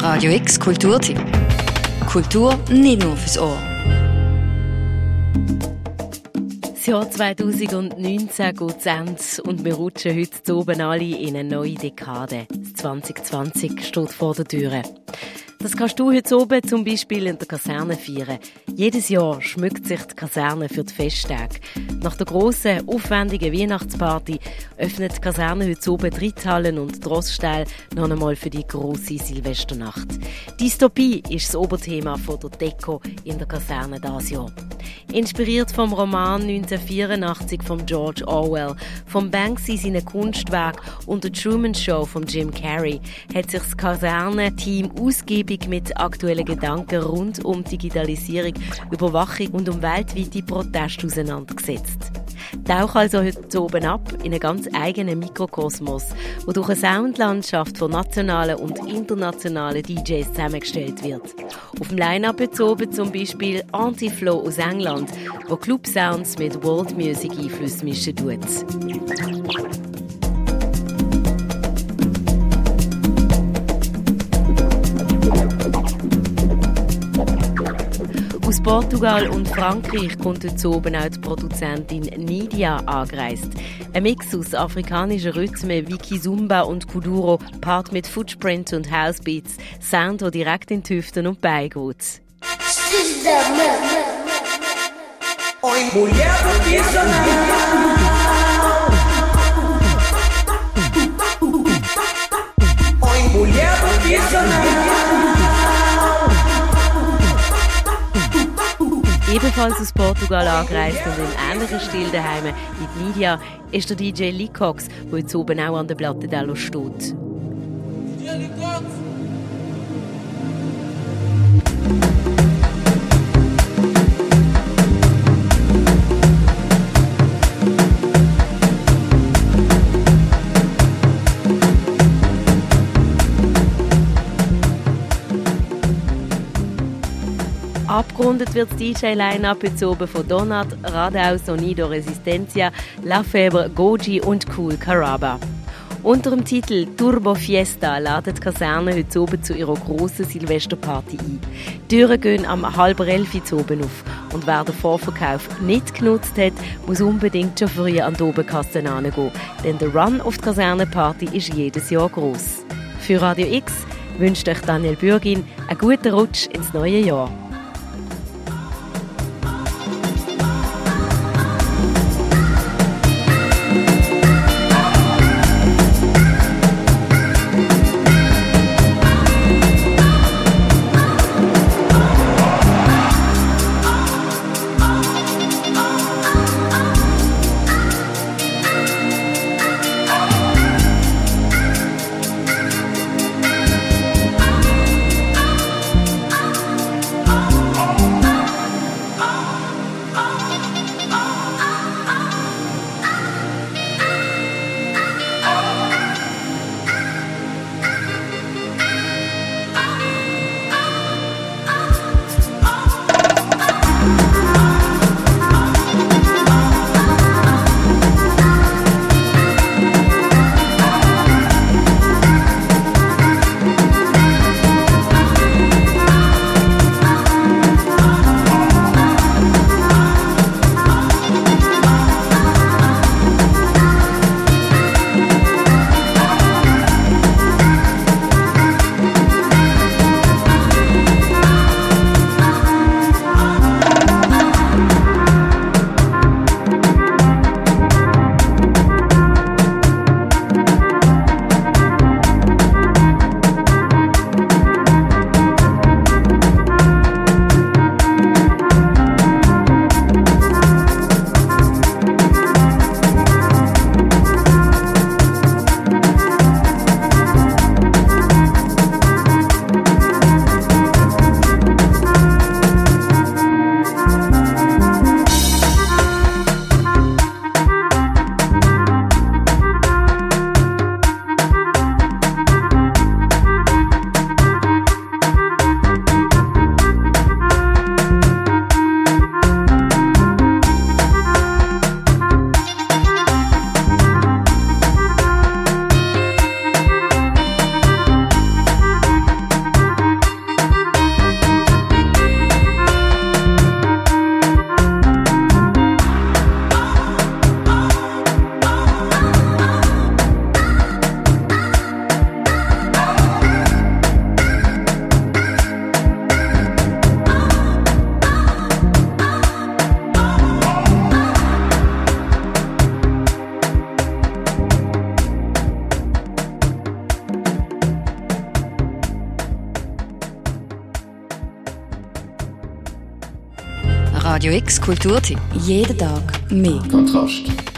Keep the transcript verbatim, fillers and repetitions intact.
Radio X Kulturtipp. Kultur nicht nur fürs Ohr. Das Jahr zweitausendneunzehn geht zu Ende und wir rutschen heute zu oben alle in eine neue Dekade. Das zwanzig zwanzig steht vor der Tür. Das kannst du heute oben zum Beispiel in der Kaserne feiern. Jedes Jahr schmückt sich die Kaserne für die Festtage. Nach der grossen, aufwendigen Weihnachtsparty öffnet die Kaserne heute oben die Reithallen und die Rossställe noch einmal für die grosse Silvesternacht. Dystopie ist das Oberthema von der Deko in der Kaserne dieses Jahr. Inspiriert vom Roman neunzehnhundertvierundachtzig von George Orwell, vom Banksy seinen Kunstwerk und der Truman Show von Jim Carrey hat sich das Kaserne-Team ausgiebig mit aktuellen Gedanken rund um Digitalisierung, Überwachung und um weltweite Proteste auseinandergesetzt. Tauch also heute oben ab in einen ganz eigenen Mikrokosmos, wo durch eine Soundlandschaft von nationalen und internationalen D Js zusammengestellt wird. Auf dem Line-Up heute oben zum Beispiel Anti-Flow aus England, wo Club-Sounds mit World-Music-Einflüssen mischen tut. Aus Portugal und Frankreich kommt heute oben auch die Produzentin Nidia angereist. Ein Mix aus afrikanischen Rhythmen wie Kizumba und Kuduro, paart mit Footprint und Housebeats, Sound, der direkt in die Hüften und Beine geht. Ebenfalls aus Portugal angereist und in ähnlichem Stil daheim wie Nidia ist der D J Licox, der jetzt oben auch an der Platte Dello steht. D J Licox! Abgerundet wird das D J-Line-Up jetzt oben von Donat, Radau, Sonido Resistencia, La Febre, Goji und Cool Caraba. Unter dem Titel Turbo Fiesta ladet die Kaserne heute oben zu ihrer grossen Silvesterparty ein. Die Türen gehen am halb elf Uhr oben auf und wer den Vorverkauf nicht genutzt hat, muss unbedingt schon früher an die Oberkasse herangehen, denn der Run auf die Kasernenparty ist jedes Jahr gross. Für Radio X wünscht euch Daniel Bürgin einen guten Rutsch ins neue Jahr. Radio X Kulturtipp. Jeden Tag mehr. Kontrast.